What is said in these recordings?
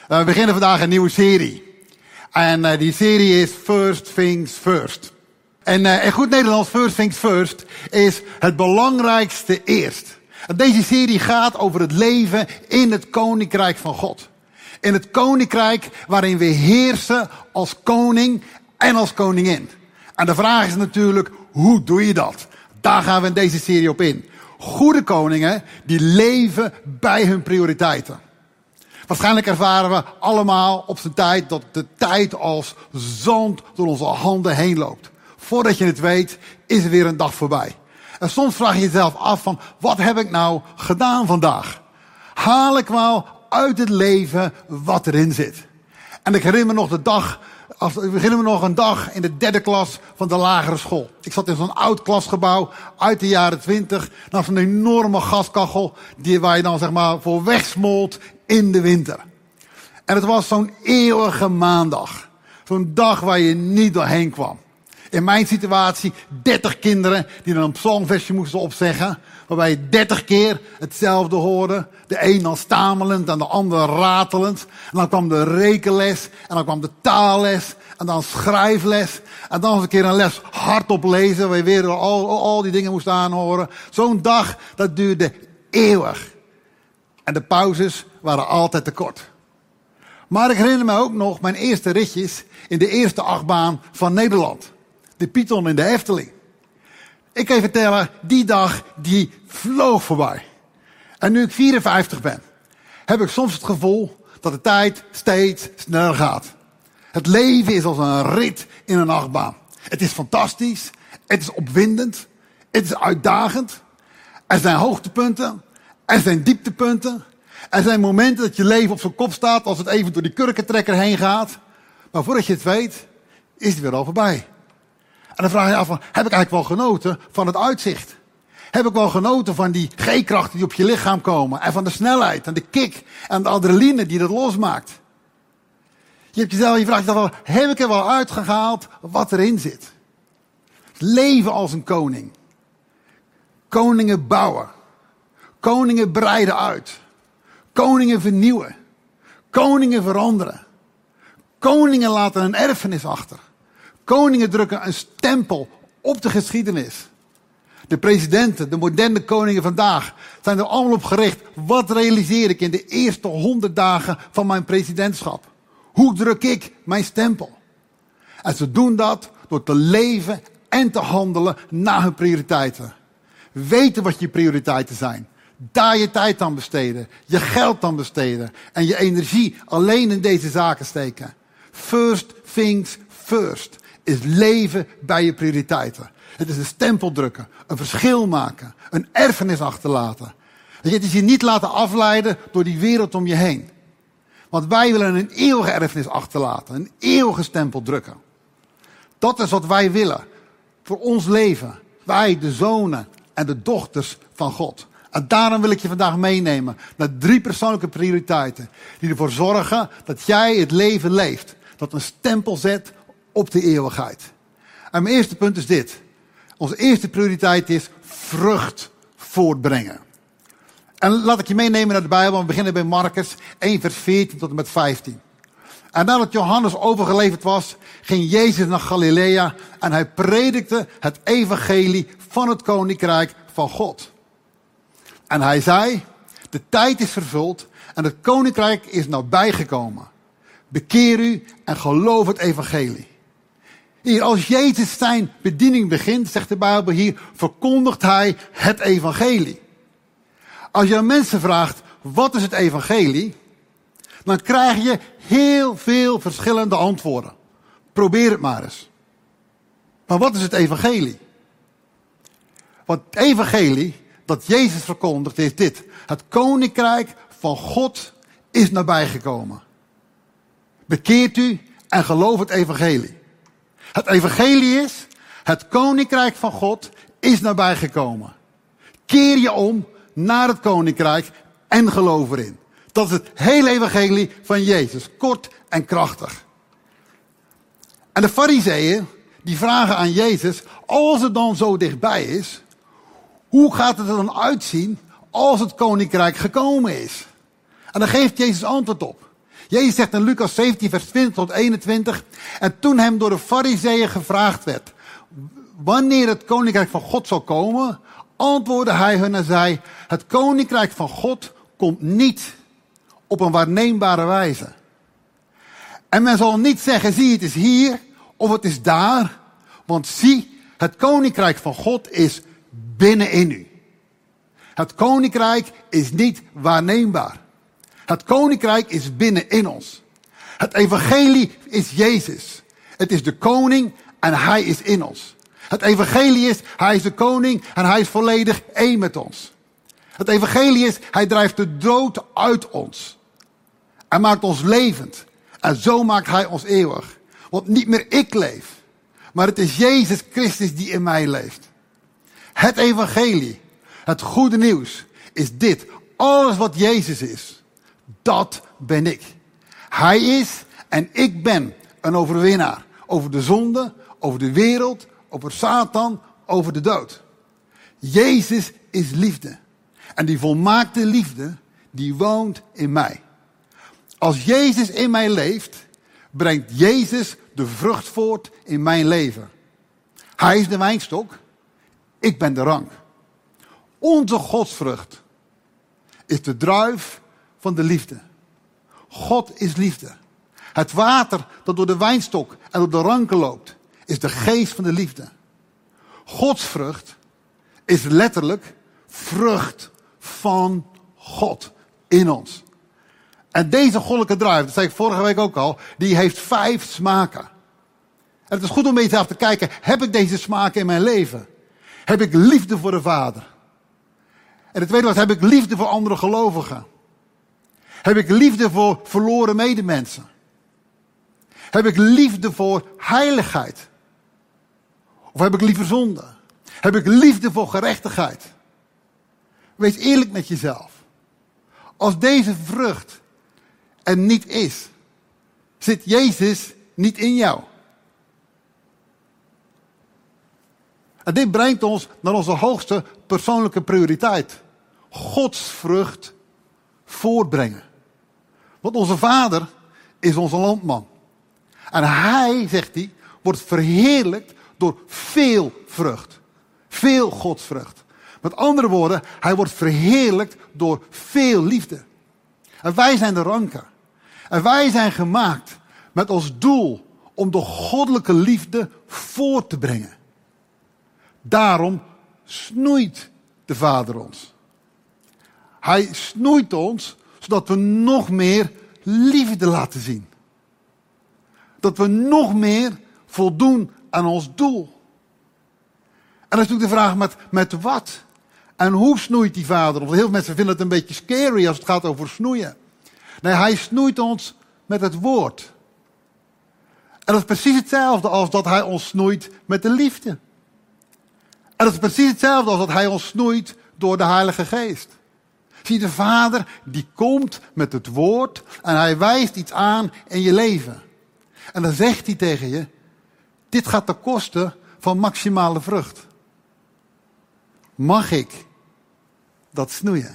We beginnen vandaag een nieuwe serie. En die serie is First Things First. En in goed Nederlands, First Things First is het belangrijkste eerst. En deze serie gaat over het leven in het Koninkrijk van God. In het Koninkrijk waarin we heersen als koning en als koningin. En de vraag is natuurlijk, hoe doe je dat? Daar gaan we in deze serie op in. Goede koningen die leven bij hun prioriteiten. Waarschijnlijk ervaren we allemaal op zijn tijd dat de tijd als zand door onze handen heen loopt. Voordat je het weet, is er weer een dag voorbij. En soms vraag je jezelf af van, wat heb ik nou gedaan vandaag? Haal ik wel uit het leven wat erin zit? En ik herinner me nog een dag in de 3e klas van de lagere school. Ik zat in zo'n oud klasgebouw uit de jaren 20. Naast zo'n enorme gaskachel waar je dan zeg maar voor wegsmolt in de winter. En het was zo'n eeuwige maandag. Zo'n dag waar je niet doorheen kwam. In mijn situatie 30 kinderen die dan een psalmversje moesten opzeggen. Waarbij je 30 keer hetzelfde hoorde. De een dan stamelend en de ander ratelend. En dan kwam de rekenles. En dan kwam de taalles. En dan schrijfles. En dan eens een keer een les hardop lezen. Waar je weer al die dingen moest aanhoren. Zo'n dag, dat duurde eeuwig. En de pauzes waren altijd te kort. Maar ik herinner me ook nog mijn eerste ritjes in de eerste achtbaan van Nederland. De Python in de Efteling. Ik kan je vertellen, die dag die vloog voorbij. En nu ik 54 ben, heb ik soms het gevoel dat de tijd steeds sneller gaat. Het leven is als een rit in een achtbaan. Het is fantastisch, het is opwindend, het is uitdagend. Er zijn hoogtepunten, er zijn dieptepunten. Er zijn momenten dat je leven op zijn kop staat als het even door die kurkentrekker heen gaat. Maar voordat je het weet, is het weer al voorbij. En dan vraag je je af, heb ik eigenlijk wel genoten van het uitzicht? Heb ik wel genoten van die G-krachten die op je lichaam komen? En van de snelheid en de kick en de adrenaline die dat losmaakt? Je vraagt jezelf af, heb ik er wel uitgehaald wat erin zit? Leven als een koning. Koningen bouwen. Koningen breiden uit. Koningen vernieuwen. Koningen veranderen. Koningen laten een erfenis achter. Koningen drukken een stempel op de geschiedenis. De presidenten, de moderne koningen vandaag zijn er allemaal op gericht. Wat realiseer ik in de eerste 100 dagen van mijn presidentschap? Hoe druk ik mijn stempel? En ze doen dat door te leven en te handelen naar hun prioriteiten. Weten wat je prioriteiten zijn. Daar je tijd aan besteden. Je geld aan besteden. En je energie alleen in deze zaken steken. First things first. Is leven bij je prioriteiten. Het is een stempel drukken. Een verschil maken. Een erfenis achterlaten. Het is je niet laten afleiden door die wereld om je heen. Want wij willen een eeuwige erfenis achterlaten. Een eeuwige stempel drukken. Dat is wat wij willen. Voor ons leven. Wij, de zonen en de dochters van God. En daarom wil ik je vandaag meenemen naar 3 persoonlijke prioriteiten. Die ervoor zorgen dat jij het leven leeft. Dat een stempel zet op de eeuwigheid. En mijn eerste punt is dit. Onze eerste prioriteit is vrucht voortbrengen. En laat ik je meenemen naar de Bijbel. We beginnen bij Marcus 1 vers 14 tot en met 15. En nadat Johannes overgeleverd was, ging Jezus naar Galilea en hij predikte het evangelie van het koninkrijk van God. En hij zei, de tijd is vervuld en het koninkrijk is nabijgekomen. Bekeer u en geloof het evangelie. Hier, als Jezus zijn bediening begint, zegt de Bijbel hier, verkondigt hij het evangelie. Als je aan mensen vraagt, wat is het evangelie? Dan krijg je heel veel verschillende antwoorden. Probeer het maar eens. Maar wat is het evangelie? Want het evangelie dat Jezus verkondigt is dit. Het koninkrijk van God is nabijgekomen. Bekeert u en geloof het evangelie. Het evangelie is, het koninkrijk van God is nabijgekomen. Keer je om naar het koninkrijk en geloof erin. Dat is het hele evangelie van Jezus. Kort en krachtig. En de Farizeeën, die vragen aan Jezus, als het dan zo dichtbij is, hoe gaat het er dan uitzien als het koninkrijk gekomen is? En daar geeft Jezus antwoord op. Jezus zegt in Lucas 17 vers 20 tot 21. En toen hem door de Farizeeën gevraagd werd wanneer het koninkrijk van God zal komen, antwoordde hij hun en zei: het koninkrijk van God komt niet op een waarneembare wijze. En men zal niet zeggen: zie, het is hier of het is daar. Want zie, het koninkrijk van God is binnenin u. Het koninkrijk is niet waarneembaar. Het koninkrijk is binnenin ons. Het evangelie is Jezus. Het is de koning en hij is in ons. Het evangelie is, hij is de koning en hij is volledig één met ons. Het evangelie is, hij drijft de dood uit ons. Hij maakt ons levend. En zo maakt hij ons eeuwig. Want niet meer ik leef, maar het is Jezus Christus die in mij leeft. Het evangelie, het goede nieuws, is dit. Alles wat Jezus is, dat ben ik. Hij is en ik ben een overwinnaar. Over de zonde, over de wereld, over Satan, over de dood. Jezus is liefde. En die volmaakte liefde, die woont in mij. Als Jezus in mij leeft, brengt Jezus de vrucht voort in mijn leven. Hij is de wijnstok, ik ben de rank. Onze godsvrucht is de druif van de liefde. God is liefde. Het water dat door de wijnstok en door de ranken loopt, is de geest van de liefde. Gods vrucht is letterlijk vrucht van God in ons. En deze goddelijke druif, dat zei ik vorige week ook al, die heeft 5 smaken. En het is goed om bij jezelf te kijken, heb ik deze smaken in mijn leven? Heb ik liefde voor de Vader? En het tweede was, heb ik liefde voor andere gelovigen? Heb ik liefde voor verloren medemensen? Heb ik liefde voor heiligheid? Of heb ik liever zonde? Heb ik liefde voor gerechtigheid? Wees eerlijk met jezelf. Als deze vrucht er niet is, zit Jezus niet in jou. En dit brengt ons naar onze hoogste persoonlijke prioriteit. Gods vrucht voortbrengen. Want onze Vader is onze landman. En hij, zegt hij, wordt verheerlijkt door veel vrucht. Veel godsvrucht. Met andere woorden, hij wordt verheerlijkt door veel liefde. En wij zijn de ranken. En wij zijn gemaakt met als doel om de goddelijke liefde voort te brengen. Daarom snoeit de Vader ons. Hij snoeit ons, zodat we nog meer liefde laten zien. Dat we nog meer voldoen aan ons doel. En dan is natuurlijk de vraag, met wat? En hoe snoeit die Vader? Want heel veel mensen vinden het een beetje scary als het gaat over snoeien. Nee, hij snoeit ons met het woord. En dat is precies hetzelfde als dat hij ons snoeit met de liefde. En dat is precies hetzelfde als dat hij ons snoeit door de Heilige Geest. Zie, de Vader die komt met het woord en hij wijst iets aan in je leven. En dan zegt hij tegen je, dit gaat ten koste van maximale vrucht. Mag ik dat snoeien?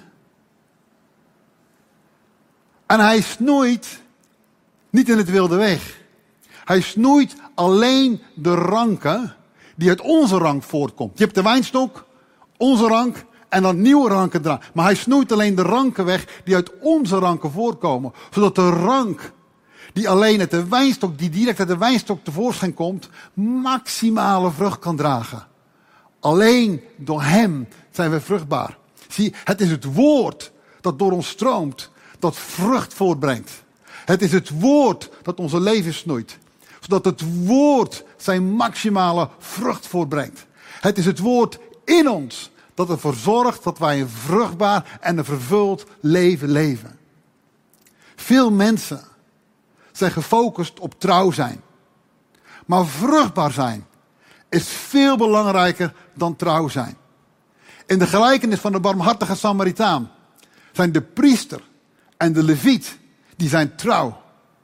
En hij snoeit niet in het wilde weg. Hij snoeit alleen de ranken die uit onze rank voortkomt. Je hebt de wijnstok, onze rank en dan nieuwe ranken eraan. Maar hij snoeit alleen de ranken weg die uit onze ranken voortkomen. Zodat de rank die alleen uit de wijnstok, die direct uit de wijnstok tevoorschijn komt, maximale vrucht kan dragen. Alleen door hem zijn we vruchtbaar. Zie, het is het woord dat door ons stroomt, dat vrucht voortbrengt. Het is het woord dat onze leven snoeit. Zodat het woord zijn maximale vrucht voortbrengt. Het is het woord in ons dat ervoor zorgt dat wij een vruchtbaar en een vervuld leven leven. Veel mensen zijn gefocust op trouw zijn. Maar vruchtbaar zijn is veel belangrijker dan trouw zijn. In de gelijkenis van de barmhartige Samaritaan zijn de priester en de leviet, die zijn trouw.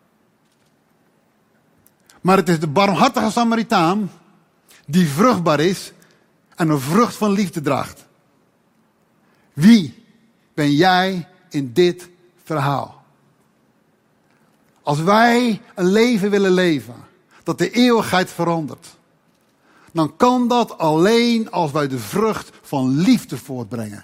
Maar het is de barmhartige Samaritaan die vruchtbaar is en een vrucht van liefde draagt. Wie ben jij in dit verhaal? Als wij een leven willen leven dat de eeuwigheid verandert, dan kan dat alleen als wij de vrucht van liefde voortbrengen.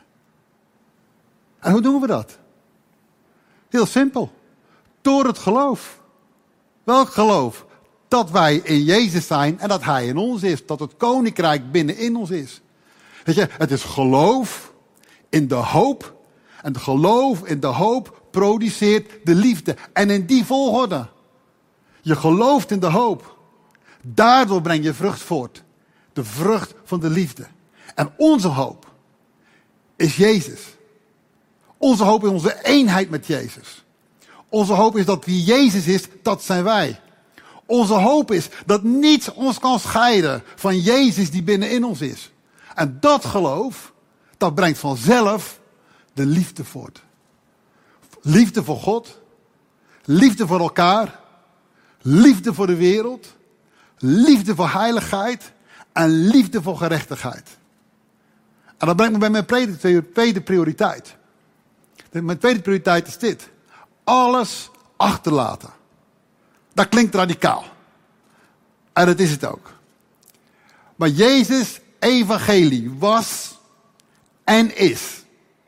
En hoe doen we dat? Heel simpel. Door het geloof. Welk geloof? Dat wij in Jezus zijn en dat Hij in ons is. Dat het koninkrijk binnenin ons is. Weet je, het is geloof in de hoop. En het geloof in de hoop produceert de liefde. En in die volgorde. Je gelooft in de hoop. Daardoor breng je vrucht voort. De vrucht van de liefde. En onze hoop is Jezus. Onze hoop is onze eenheid met Jezus. Onze hoop is dat wie Jezus is, dat zijn wij. Onze hoop is dat niets ons kan scheiden van Jezus die binnenin ons is. En dat geloof, dat brengt vanzelf de liefde voort. Liefde voor God. Liefde voor elkaar. Liefde voor de wereld. Liefde voor heiligheid. En liefde voor gerechtigheid. En dat brengt me bij mijn tweede prioriteit. Mijn tweede prioriteit is dit. Alles achterlaten. Dat klinkt radicaal. En dat is het ook. Maar Jezus' evangelie was en is.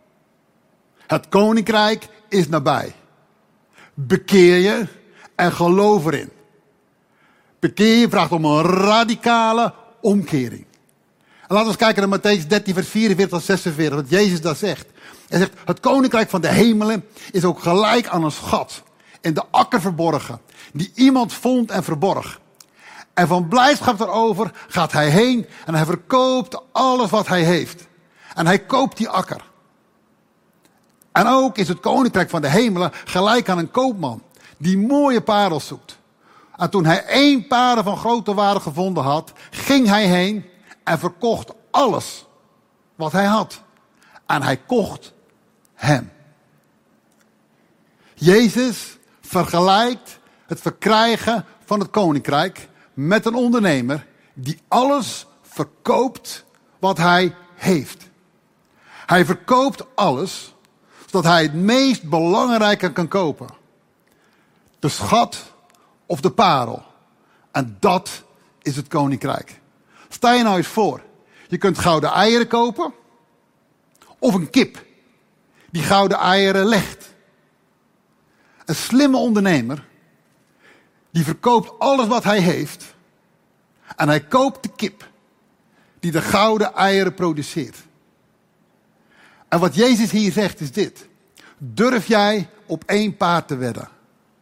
Het koninkrijk is nabij. Bekeer je en geloof erin. Bekeer je vraagt om een radicale omkering. En laten we eens kijken naar Mattheüs 13 vers 44 tot 46. Wat Jezus daar zegt. Hij zegt, het koninkrijk van de hemelen is ook gelijk aan een schat in de akker verborgen, die iemand vond en verborg. En van blijdschap daarover gaat hij heen en hij verkoopt alles wat hij heeft. En hij koopt die akker. En ook is het koninkrijk van de hemelen gelijk aan een koopman die mooie parels zoekt. En toen hij 1 parel van grote waarde gevonden had, ging hij heen en verkocht alles wat hij had. En hij kocht hem. Jezus vergelijkt het verkrijgen van het koninkrijk met een ondernemer die alles verkoopt wat hij heeft. Hij verkoopt alles zodat hij het meest belangrijke kan kopen. De schat of de parel. En dat is het koninkrijk. Stel je nou eens voor. Je kunt gouden eieren kopen. Of een kip die gouden eieren legt. Een slimme ondernemer. Die verkoopt alles wat hij heeft. En hij koopt de kip die de gouden eieren produceert. En wat Jezus hier zegt is dit. Durf jij op 1 paard te wedden?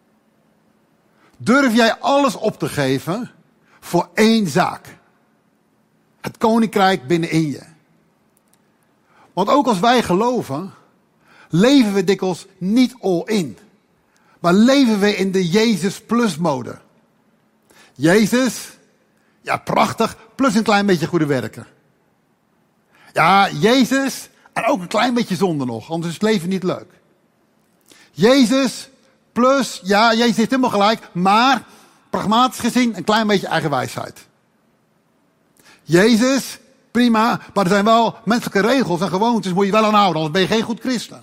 Durf jij alles op te geven voor 1 zaak? Het koninkrijk binnenin je. Want ook als wij geloven, leven we dikwijls niet all in. Maar leven we in de Jezus plus mode. Jezus, ja prachtig, plus een klein beetje goede werken. Ja, Jezus en ook een klein beetje zonde nog, anders is het leven niet leuk. Jezus plus, ja, Jezus heeft helemaal gelijk, maar pragmatisch gezien een klein beetje eigen wijsheid. Jezus, prima, maar er zijn wel menselijke regels en gewoontes, moet je wel aan houden, anders ben je geen goed christen.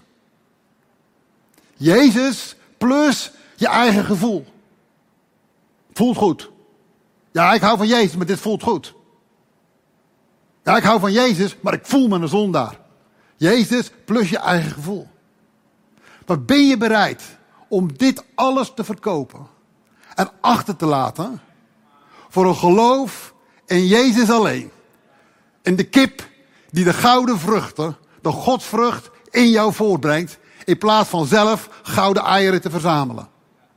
Jezus plus je eigen gevoel. Voelt goed. Ja, ik hou van Jezus, maar dit voelt goed. Ja, ik hou van Jezus, maar ik voel me een zondaar. Jezus plus je eigen gevoel. Maar ben je bereid om dit alles te verkopen en achter te laten voor een geloof in Jezus alleen? In de kip die de gouden vruchten, de godsvrucht in jou voortbrengt, in plaats van zelf gouden eieren te verzamelen.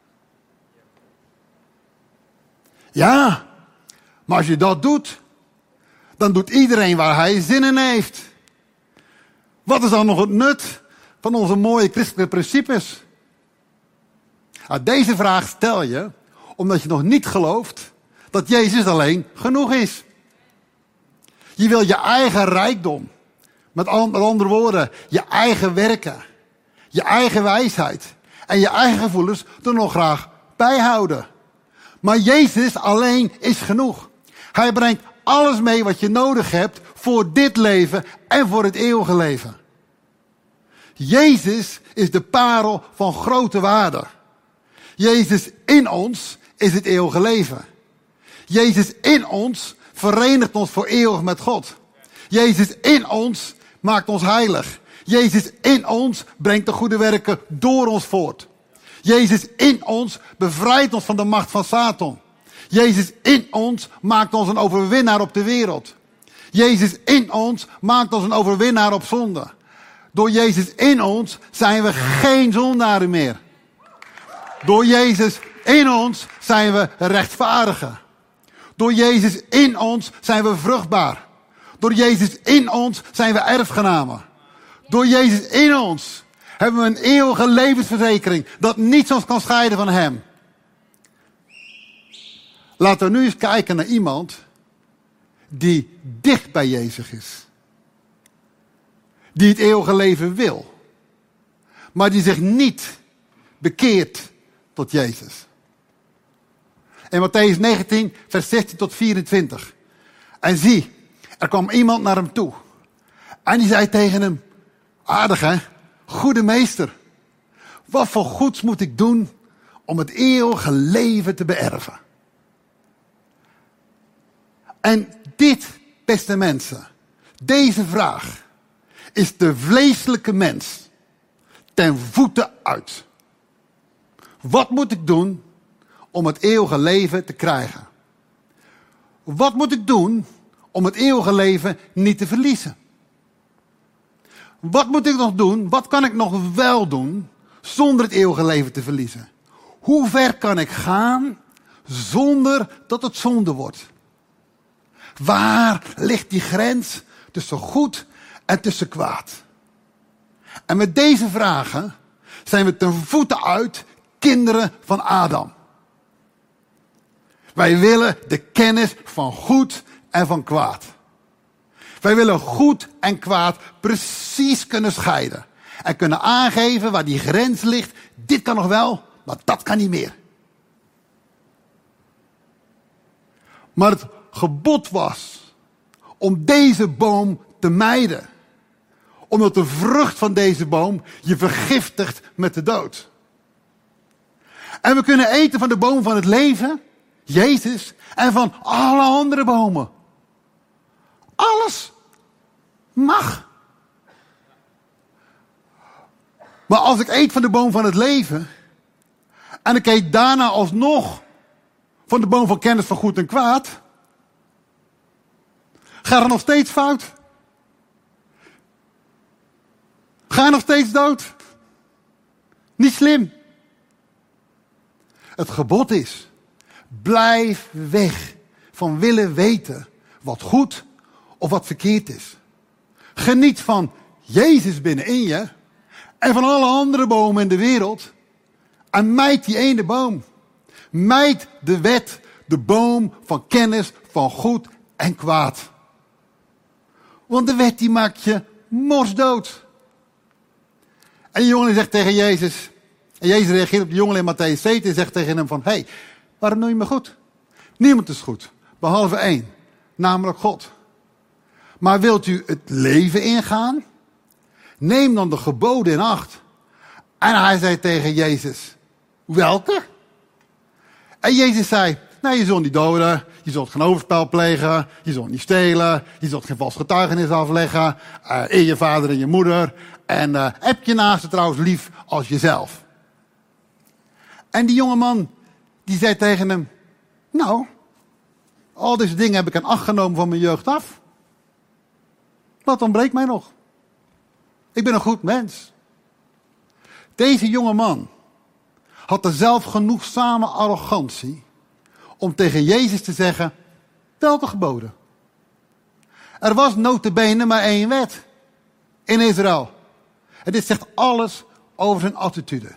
Ja, maar als je dat doet, dan doet iedereen waar hij zin in heeft. Wat is dan nog het nut van onze mooie christelijke principes? Nou, deze vraag stel je omdat je nog niet gelooft dat Jezus alleen genoeg is. Je wil je eigen rijkdom, met andere woorden, je eigen werken, je eigen wijsheid en je eigen gevoelens er nog graag bij houden. Maar Jezus alleen is genoeg. Hij brengt alles mee wat je nodig hebt voor dit leven en voor het eeuwige leven. Jezus is de parel van grote waarde. Jezus in ons is het eeuwige leven. Jezus in ons verenigt ons voor eeuwig met God. Jezus in ons maakt ons heilig. Jezus in ons brengt de goede werken door ons voort. Jezus in ons bevrijdt ons van de macht van Satan. Jezus in ons maakt ons een overwinnaar op de wereld. Jezus in ons maakt ons een overwinnaar op zonde. Door Jezus in ons zijn we geen zondaren meer. Door Jezus in ons zijn we rechtvaardigen. Door Jezus in ons zijn we vruchtbaar. Door Jezus in ons zijn we erfgenamen. Door Jezus in ons hebben we een eeuwige levensverzekering dat niets ons kan scheiden van Hem. Laten we nu eens kijken naar iemand die dicht bij Jezus is. Die het eeuwige leven wil. Maar die zich niet bekeert tot Jezus. In Mattheüs 19, vers 16 tot 24. En zie, er kwam iemand naar hem toe. En die zei tegen hem, aardig hè, goede meester. Wat voor goeds moet ik doen om het eeuwige leven te beërven? En dit, beste mensen, deze vraag is de vleeselijke mens ten voeten uit. Wat moet ik doen om het eeuwige leven te krijgen? Wat moet ik doen om het eeuwige leven niet te verliezen? Wat moet ik nog doen? Wat kan ik nog wel doen zonder het eeuwige leven te verliezen? Hoe ver kan ik gaan zonder dat het zonde wordt? Waar ligt die grens tussen goed en tussen kwaad? En met deze vragen zijn we ten voeten uit kinderen van Adam. Wij willen de kennis van goed en van kwaad. Wij willen goed en kwaad precies kunnen scheiden. En kunnen aangeven waar die grens ligt. Dit kan nog wel, maar dat kan niet meer. Maar het gebod was om deze boom te mijden. Omdat de vrucht van deze boom je vergiftigt met de dood. En we kunnen eten van de boom van het leven, Jezus, en van alle andere bomen. Alles mag. Maar als ik eet van de boom van het leven, en ik eet daarna alsnog van de boom van kennis van goed en kwaad, gaat het nog steeds fout? Ga je nog steeds dood? Niet slim. Het gebod is, blijf weg van willen weten wat goed of wat verkeerd is. Geniet van Jezus binnenin je en van alle andere bomen in de wereld. En mijd die ene boom. Mijd de wet, de boom van kennis van goed en kwaad. Want de wet die maakt je morsdood. En die jongen zegt tegen Jezus. En Jezus reageert op de jongen in Mattheüs 7 en zegt tegen hem van, hey, waarom noem je me goed? Niemand is goed, behalve één, namelijk God. Maar wilt u het leven ingaan? Neem dan de geboden in acht. En hij zei tegen Jezus, welke? En Jezus zei, nou, je zult niet doden, je zult geen overspel plegen, je zult niet stelen, je zult geen vals getuigenis afleggen, eer je vader en je moeder. En heb je naaste trouwens lief als jezelf. En die jongeman, die zei tegen hem, nou, al deze dingen heb ik in acht genomen van mijn jeugd af. Wat ontbreekt mij nog? Ik ben een goed mens. Deze jongeman had de zelfgenoegzame arrogantie om tegen Jezus te zeggen, welke geboden? Er was nota bene maar één wet in Israël. En dit zegt alles over zijn attitude.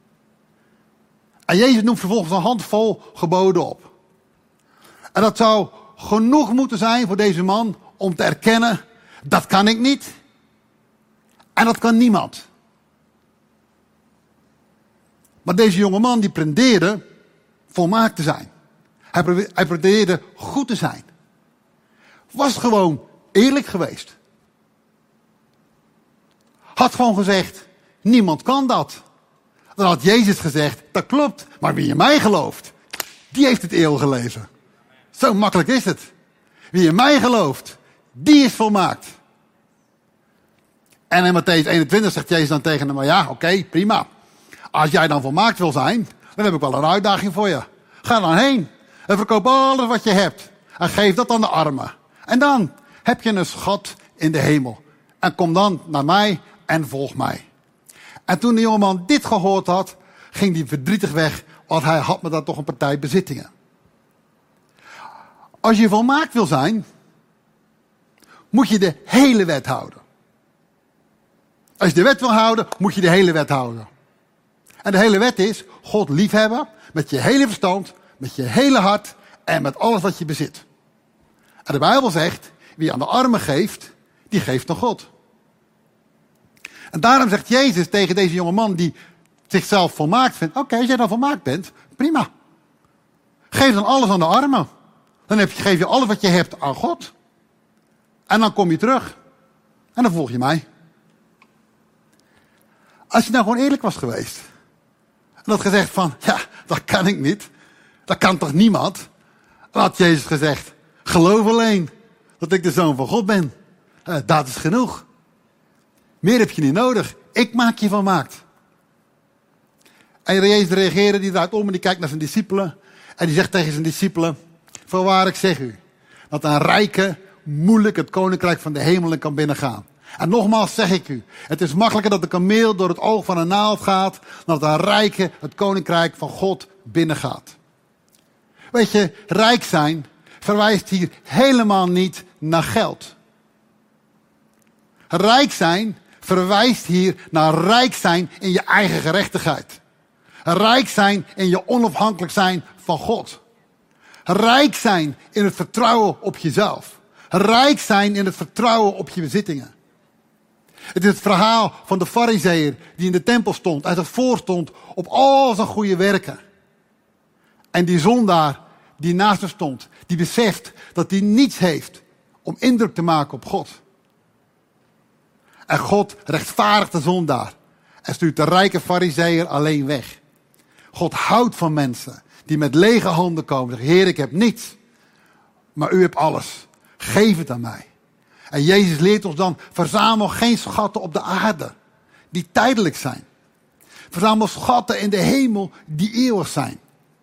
En Jezus noemt vervolgens een handvol geboden op. En dat zou genoeg moeten zijn voor deze man om te erkennen, dat kan ik niet. En dat kan niemand. Maar deze jongeman die pretendeerde volmaakt te zijn. Hij pretendeerde goed te zijn. Was gewoon eerlijk geweest. Had gewoon gezegd, niemand kan dat. Dan had Jezus gezegd, dat klopt, maar wie in mij gelooft, die heeft het eeuwige leven. Zo makkelijk is het. Wie in mij gelooft, die is volmaakt. En in Mattheüs 21 zegt Jezus dan tegen hem, ja, oké, prima. Als jij dan volmaakt wil zijn, dan heb ik wel een uitdaging voor je. Ga dan heen en verkoop alles wat je hebt. En geef dat aan de armen. En dan heb je een schat in de hemel. En kom dan naar mij en volg mij. En toen de jongeman dit gehoord had, ging hij verdrietig weg, want hij had me dan toch een partij bezittingen. Als je volmaakt wil zijn, moet je de hele wet houden. Als je de wet wil houden, moet je de hele wet houden. En de hele wet is God liefhebben met je hele verstand, met je hele hart en met alles wat je bezit. En de Bijbel zegt, wie aan de armen geeft, die geeft aan God. En daarom zegt Jezus tegen deze jongeman die zichzelf volmaakt vindt, oké, als jij dan volmaakt bent, prima. Geef dan alles aan de armen. Dan geef je alles wat je hebt aan God. En dan kom je terug. En dan volg je mij. Als je nou gewoon eerlijk was geweest. En had gezegd van, ja, dat kan ik niet. Dat kan toch niemand? Dan had Jezus gezegd, geloof alleen dat ik de Zoon van God ben. Dat is genoeg. Meer heb je niet nodig. Ik maak je volmaakt. En Jezus reageerde, die draait om en die kijkt naar zijn discipelen. En die zegt tegen zijn discipelen, voorwaar ik zeg u, dat een rijke moeilijk het koninkrijk van de hemelen kan binnengaan. En nogmaals zeg ik u, het is makkelijker dat de kameel door het oog van een naald gaat, dan dat een rijke het koninkrijk van God binnengaat. Weet je, rijk zijn verwijst hier helemaal niet naar geld. Rijk zijn verwijst hier naar rijk zijn in je eigen gerechtigheid. Rijk zijn in je onafhankelijk zijn van God. Rijk zijn in het vertrouwen op jezelf. Rijk zijn in het vertrouwen op je bezittingen. Het is het verhaal van de farizeeër die in de tempel stond en zich voorstond op al zijn goede werken. En die zondaar die naast hem stond, die beseft dat hij niets heeft om indruk te maken op God. En God rechtvaardigt de zondaar en stuurt de rijke farizeeër alleen weg. God houdt van mensen die met lege handen komen. Zeggen, Heer, ik heb niets, maar u hebt alles. Geef het aan mij. En Jezus leert ons dan, verzamel geen schatten op de aarde, die tijdelijk zijn. Verzamel schatten in de hemel, die eeuwig zijn.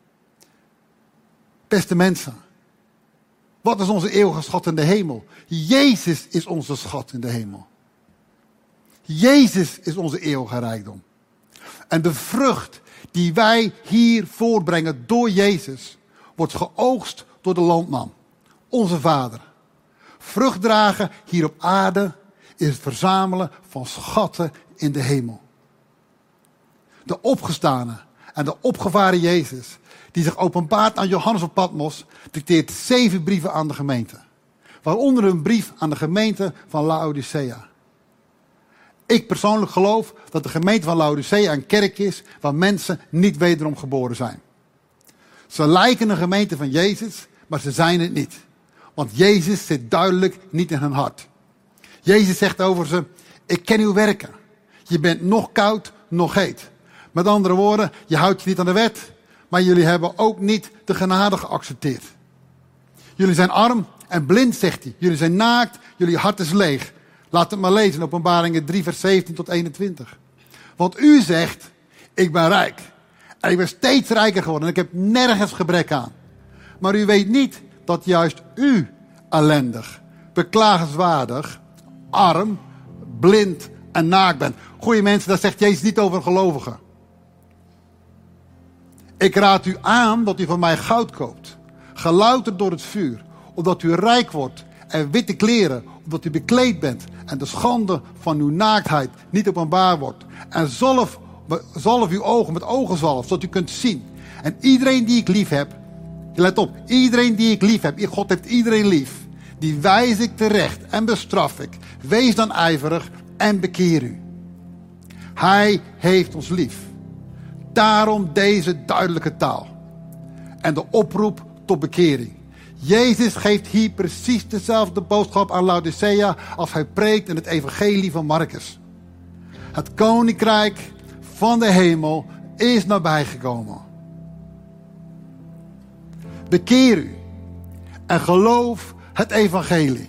Beste mensen, wat is onze eeuwige schat in de hemel? Jezus is onze schat in de hemel. Jezus is onze eeuwige rijkdom. En de vrucht die wij hier voortbrengen door Jezus, wordt geoogst door de landman, onze Vader. Vrucht dragen hier op aarde is het verzamelen van schatten in de hemel. De opgestane en de opgevaren Jezus, die zich openbaart aan Johannes op Patmos, dicteert 7 brieven aan de gemeente. Waaronder een brief aan de gemeente van Laodicea. Ik persoonlijk geloof dat de gemeente van Laodicea een kerk is waar mensen niet wederom geboren zijn. Ze lijken een gemeente van Jezus, maar ze zijn het niet. Want Jezus zit duidelijk niet in hun hart. Jezus zegt over ze, ik ken uw werken. Je bent nog koud, nog heet. Met andere woorden, je houdt je niet aan de wet, maar jullie hebben ook niet de genade geaccepteerd. Jullie zijn arm en blind, zegt hij. Jullie zijn naakt, jullie hart is leeg. Laat het maar lezen in Openbaringen 3 vers 17 tot 21. Want u zegt, ik ben rijk. En ik ben steeds rijker geworden en ik heb nergens gebrek aan. Maar u weet niet dat juist u ellendig, beklagenswaardig, arm, blind en naakt bent. Goeie mensen, dat zegt Jezus niet over een gelovige. Ik raad u aan dat u van mij goud koopt, gelouterd door het vuur, opdat u rijk wordt, en witte kleren, opdat u bekleed bent en de schande van uw naaktheid niet openbaar wordt. En zalf uw ogen met ogenzalf, zodat u kunt zien. En iedereen die ik lief heb, let op, iedereen die ik lief heb, God heeft iedereen lief, die wijs ik terecht en bestraf ik. Wees dan ijverig en bekeer u. Hij heeft ons lief. Daarom deze duidelijke taal. En de oproep tot bekering. Jezus geeft hier precies dezelfde boodschap aan Laodicea als hij preekt in het evangelie van Marcus. Het koninkrijk van de hemel is nabijgekomen. Bekeer u en geloof het evangelie.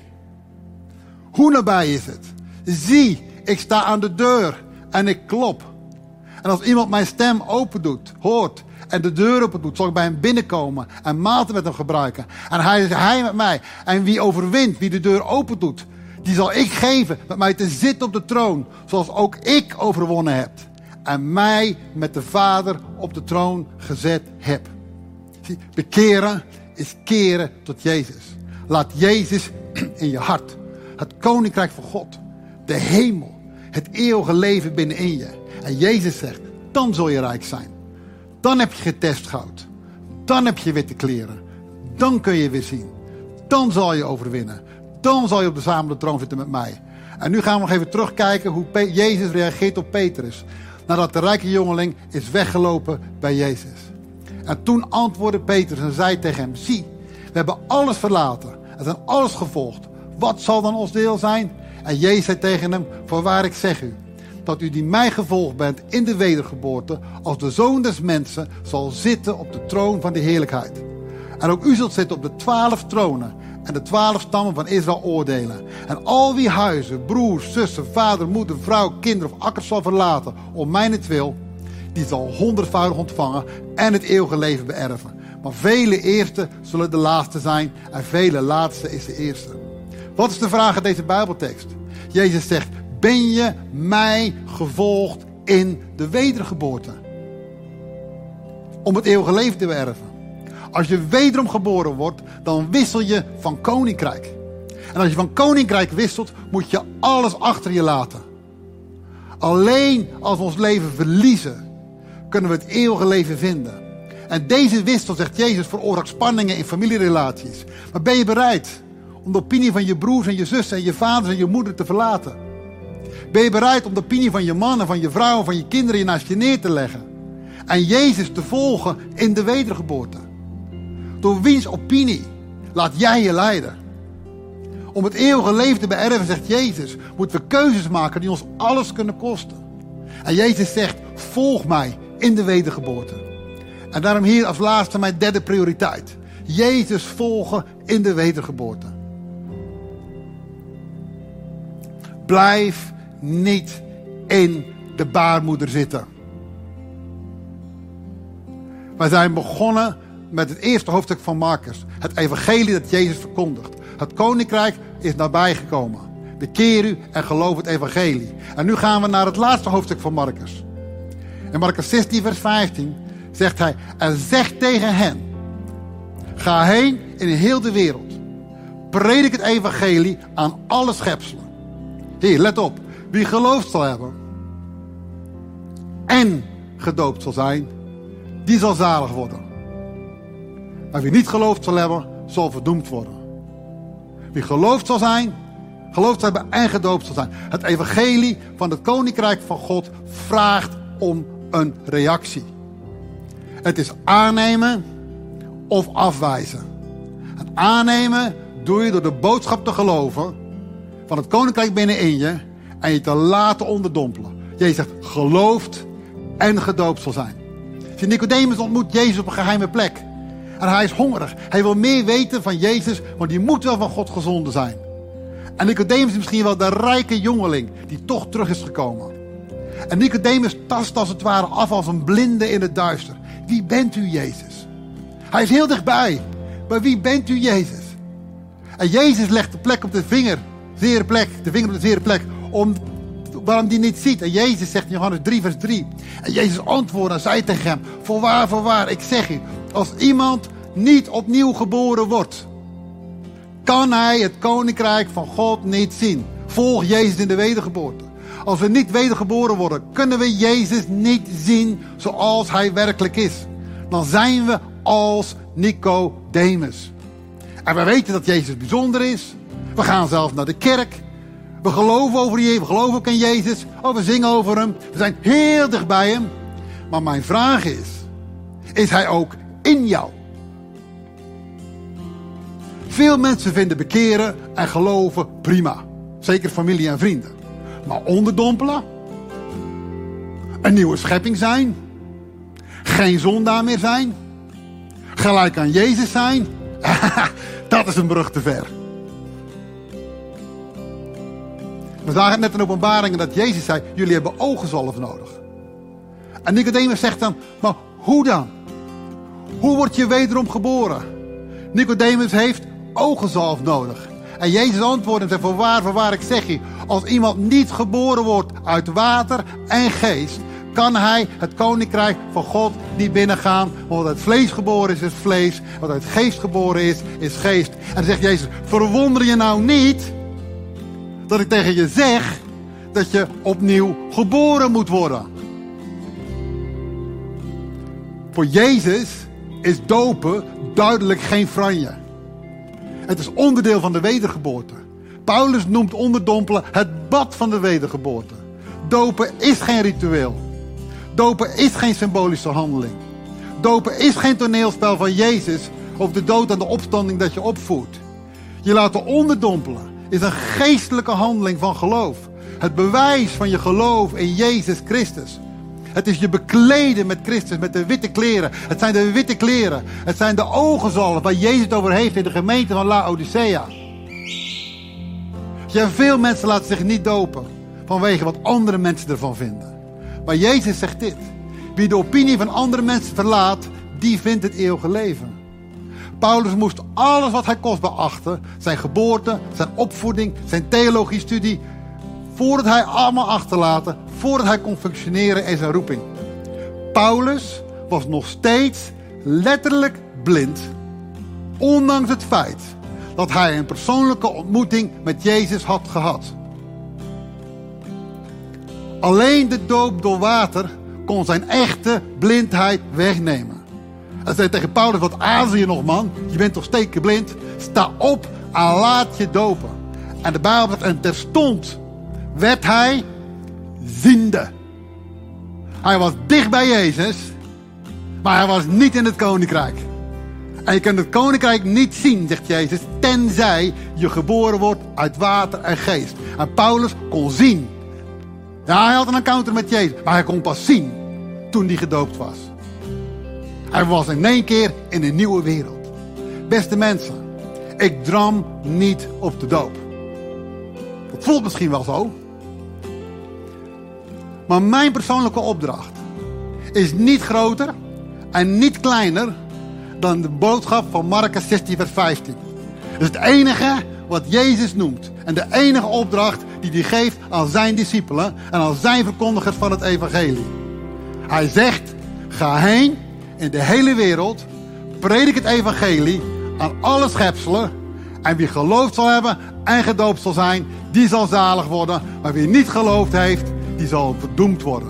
Hoe nabij is het? Zie, ik sta aan de deur en ik klop. En als iemand mijn stem open doet, hoort en de deur open doet, zal ik bij hem binnenkomen en maaltijd met hem gebruiken. En hij met mij. En wie overwint, wie de deur open doet, die zal ik geven met mij te zitten op de troon, zoals ook ik overwonnen heb. En mij met de Vader op de troon gezet heb. Zie, bekeren is keren tot Jezus. Laat Jezus in je hart. Het koninkrijk van God. De hemel. Het eeuwige leven binnenin je. En Jezus zegt, dan zul je rijk zijn. Dan heb je getest goud. Dan heb je witte kleren. Dan kun je weer zien. Dan zal je overwinnen. Dan zal je op de zamelde troon zitten met mij. En nu gaan we nog even terugkijken hoe Jezus reageert op Petrus. Nadat de rijke jongeling is weggelopen bij Jezus. En toen antwoordde Petrus en zei tegen hem, zie, we hebben alles verlaten. En zijn alles gevolgd. Wat zal dan ons deel zijn? En Jezus zei tegen hem, voorwaar ik zeg u, dat u die mij gevolgd bent in de wedergeboorte, als de Zoon des Mensen zal zitten op de troon van de heerlijkheid. En ook u zult zitten op de 12 tronen en de 12 stammen van Israël oordelen. En al wie huizen, broers, zussen, vader, moeder, vrouw, kinderen of akkers zal verlaten om mijnentwil, die zal 100voudig ontvangen en het eeuwige leven beërven. Maar vele eerste zullen de laatste zijn en vele laatste is de eerste. Wat is de vraag uit deze Bijbeltekst? Jezus zegt, ben je mij gevolgd in de wedergeboorte? Om het eeuwige leven te beërven. Als je wederom geboren wordt, dan wissel je van koninkrijk. En als je van koninkrijk wisselt, moet je alles achter je laten. Alleen als we ons leven verliezen, kunnen we het eeuwige leven vinden. En deze wissel, zegt Jezus, veroorzaakt spanningen in familierelaties. Maar ben je bereid om de opinie van je broers en je zussen en je vaders en je moeder te verlaten? Ben je bereid om de opinie van je man en van je vrouw en van je kinderen je naast je neer te leggen? En Jezus te volgen in de wedergeboorte? Door wiens opinie laat jij je leiden? Om het eeuwige leven te beërven, zegt Jezus, moeten we keuzes maken die ons alles kunnen kosten. En Jezus zegt, volg mij in de wedergeboorte. En daarom hier als laatste mijn derde prioriteit. Jezus volgen in de wedergeboorte. Blijf niet in de baarmoeder zitten. Wij zijn begonnen met het eerste hoofdstuk van Marcus. Het evangelie dat Jezus verkondigt. Het koninkrijk is nabijgekomen. Bekeer u en geloof het evangelie. En nu gaan we naar het laatste hoofdstuk van Marcus. In Marcus 16 vers 15 zegt hij, en zeg tegen hen, ga heen in heel de wereld. Predik het evangelie aan alle schepselen. Hier, let op. Wie geloofd zal hebben en gedoopt zal zijn, die zal zalig worden. Maar wie niet geloofd zal hebben, zal verdoemd worden. Wie geloofd zal zijn, geloofd hebben en gedoopt zal zijn. Het evangelie van het koninkrijk van God vraagt om een reactie. Het is aannemen of afwijzen. Het aannemen doe je door de boodschap te geloven van het koninkrijk binnenin je en je te laten onderdompelen. Jezus zegt, geloofd en gedoopt zal zijn. Zie, Nicodemus ontmoet Jezus op een geheime plek. En hij is hongerig. Hij wil meer weten van Jezus, want die moet wel van God gezonden zijn. En Nicodemus is misschien wel de rijke jongeling die toch terug is gekomen. En Nicodemus tast als het ware af als een blinde in het duister. Wie bent u, Jezus? Hij is heel dichtbij. Maar wie bent u, Jezus? En Jezus legt de plek op de vinger. De vinger op de zere plek. Waarom die niet ziet. En Jezus zegt in Johannes 3 vers 3. En Jezus antwoordde en zei tegen hem. Voorwaar, ik zeg u. Als iemand niet opnieuw geboren wordt, kan hij het koninkrijk van God niet zien. Volg Jezus in de wedergeboorte. Als we niet wedergeboren worden, kunnen we Jezus niet zien zoals hij werkelijk is. Dan zijn we als Nicodemus. En we weten dat Jezus bijzonder is. We gaan zelfs naar de kerk. We geloven over Jezus, we geloven ook in Jezus. Oh, we zingen over hem. We zijn heel dicht bij hem. Maar mijn vraag is hij ook in jou? Veel mensen vinden bekeren en geloven prima. Zeker familie en vrienden. Maar onderdompelen? Een nieuwe schepping zijn? geen zondaar meer zijn, gelijk aan Jezus zijn, dat is een brug te ver. We zagen net in Openbaringen dat Jezus zei, jullie hebben ogenzalf nodig. En Nicodemus zegt dan, maar hoe dan? Hoe word je wederom geboren? Nicodemus heeft ogenzalf nodig. En Jezus antwoordde en zei, voorwaar, ik zeg je, als iemand niet geboren wordt uit water en geest, kan hij het koninkrijk van God niet binnengaan. Want wat uit vlees geboren is vlees. Wat uit geest geboren is geest. En dan zegt Jezus, verwonder je nou niet dat ik tegen je zeg dat je opnieuw geboren moet worden. Voor Jezus is dopen duidelijk geen franje. Het is onderdeel van de wedergeboorte. Paulus noemt onderdompelen het bad van de wedergeboorte. Dopen is geen ritueel. Dopen is geen symbolische handeling. Dopen is geen toneelspel van Jezus over de dood en de opstanding dat je opvoert. Je laten onderdompelen is een geestelijke handeling van geloof. Het bewijs van je geloof in Jezus Christus. Het is je bekleden met Christus, met de witte kleren. Het zijn de witte kleren. Het zijn de ogenzalven waar Jezus het over heeft in de gemeente van Laodicea. Ja, veel mensen laten zich niet dopen vanwege wat andere mensen ervan vinden. Maar Jezus zegt dit. Wie de opinie van andere mensen verlaat, die vindt het eeuwige leven. Paulus moest alles wat hij kostbaar achtte, zijn geboorte, zijn opvoeding, zijn theologiestudie, voordat hij allemaal achterlaten, voordat hij kon functioneren in zijn roeping. Paulus was nog steeds letterlijk blind, ondanks het feit dat hij een persoonlijke ontmoeting met Jezus had gehad. Alleen de doop door water kon zijn echte blindheid wegnemen. Hij zei tegen Paulus, wat aarzel je nog, man? Je bent toch stekenblind? Sta op en laat je dopen. En de Bijbel zegt, en terstond werd hij ziende. Hij was dicht bij Jezus, maar hij was niet in het koninkrijk. En je kunt het koninkrijk niet zien, zegt Jezus, tenzij je geboren wordt uit water en geest. En Paulus kon zien. Ja, hij had een encounter met Jezus, maar hij kon pas zien toen hij gedoopt was. Hij was in één keer in een nieuwe wereld. Beste mensen, ik dram niet op de doop. Dat voelt misschien wel zo. Maar mijn persoonlijke opdracht is niet groter en niet kleiner dan de boodschap van Marcus 16 vers 15. Dat is het enige wat Jezus noemt. En de enige opdracht die hij geeft aan zijn discipelen en aan zijn verkondigers van het evangelie. Hij zegt, ga heen in de hele wereld, predik het evangelie aan alle schepselen. En wie geloofd zal hebben en gedoopt zal zijn, die zal zalig worden. Maar wie niet geloofd heeft, die zal verdoemd worden.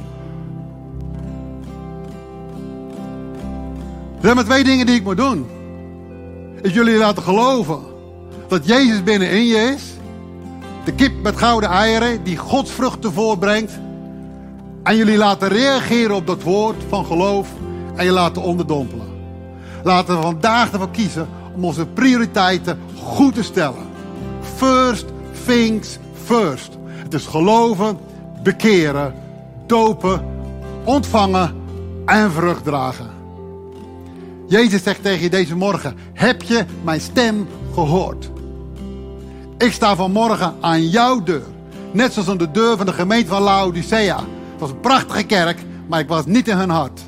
Er zijn maar twee dingen die ik moet doen. Is jullie laten geloven dat Jezus binnenin je is. De kip met gouden eieren die Gods vruchten voortbrengt. En jullie laten reageren op dat woord van geloof. En je laten onderdompelen. Laten we vandaag ervoor kiezen om onze prioriteiten goed te stellen. First things first. Het is geloven, bekeren, dopen, ontvangen en vrucht dragen. Jezus zegt tegen je deze morgen, heb je mijn stem gehoord? Ik sta vanmorgen aan jouw deur. Net zoals aan de deur van de gemeente van Laodicea. Het was een prachtige kerk, maar ik was niet in hun hart.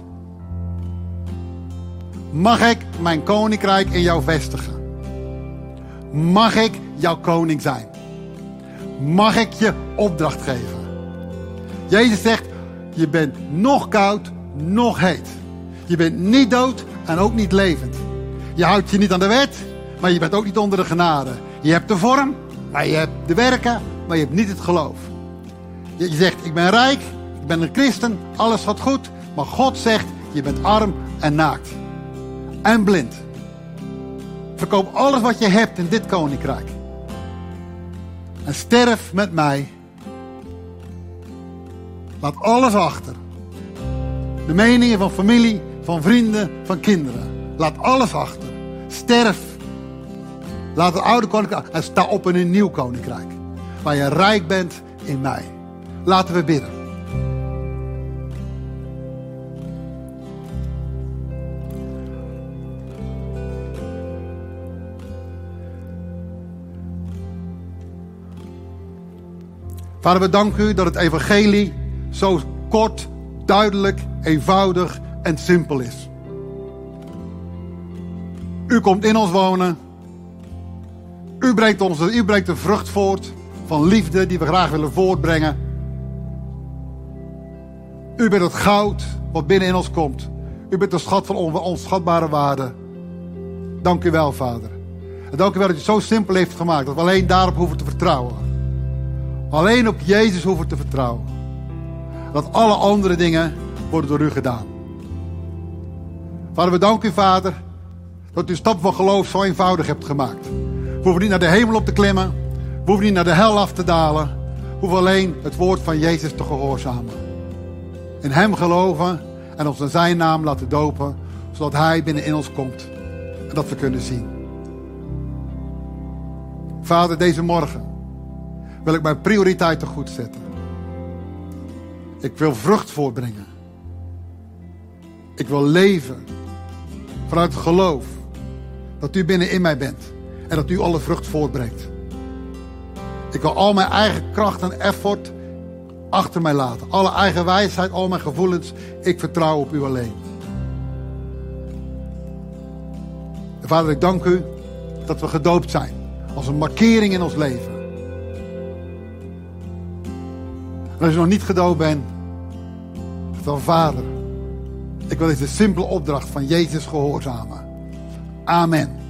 Mag ik mijn koninkrijk in jou vestigen? Mag ik jouw koning zijn? Mag ik je opdracht geven? Jezus zegt, je bent nog koud, nog heet. Je bent niet dood en ook niet levend. Je houdt je niet aan de wet, maar je bent ook niet onder de genade. Je hebt de vorm, maar je hebt de werken, maar je hebt niet het geloof. Je zegt, ik ben rijk, ik ben een christen, alles gaat goed. Maar God zegt, je bent arm en naakt. En blind. Verkoop alles wat je hebt in dit koninkrijk. En sterf met mij. Laat alles achter. De meningen van familie, van vrienden, van kinderen. Laat alles achter. Sterf. Laat het oude koninkrijk en sta op in een nieuw koninkrijk. Waar je rijk bent in mij. Laten we bidden. Vader, we danken u dat het evangelie zo kort, duidelijk, eenvoudig en simpel is. U komt in ons wonen. U brengt een vrucht voort van liefde die we graag willen voortbrengen. U bent het goud wat binnen in ons komt. U bent de schat van onschatbare waarde. Dank u wel, Vader. En dank u wel dat u het zo simpel heeft gemaakt. Dat we alleen daarop hoeven te vertrouwen. Alleen op Jezus hoeven te vertrouwen. Dat alle andere dingen worden door u gedaan. Vader, we danken u, Vader, dat u stap van geloof zo eenvoudig hebt gemaakt. We hoeven niet naar de hemel op te klimmen. We hoeven niet naar de hel af te dalen. We hoeven alleen het woord van Jezus te gehoorzamen. In hem geloven en ons in zijn naam laten dopen. Zodat hij binnenin ons komt. En dat we kunnen zien. Vader, deze morgen wil ik mijn prioriteiten goed zetten. Ik wil vrucht voortbrengen. Ik wil leven vanuit het geloof dat u binnenin mij bent. En dat u alle vrucht voortbrengt. Ik wil al mijn eigen kracht en effort achter mij laten. Alle eigen wijsheid, al mijn gevoelens. Ik vertrouw op u alleen. En Vader, ik dank u dat we gedoopt zijn. Als een markering in ons leven. En als je nog niet gedoopt bent, dan Vader, ik wil deze simpele opdracht van Jezus gehoorzamen. Amen.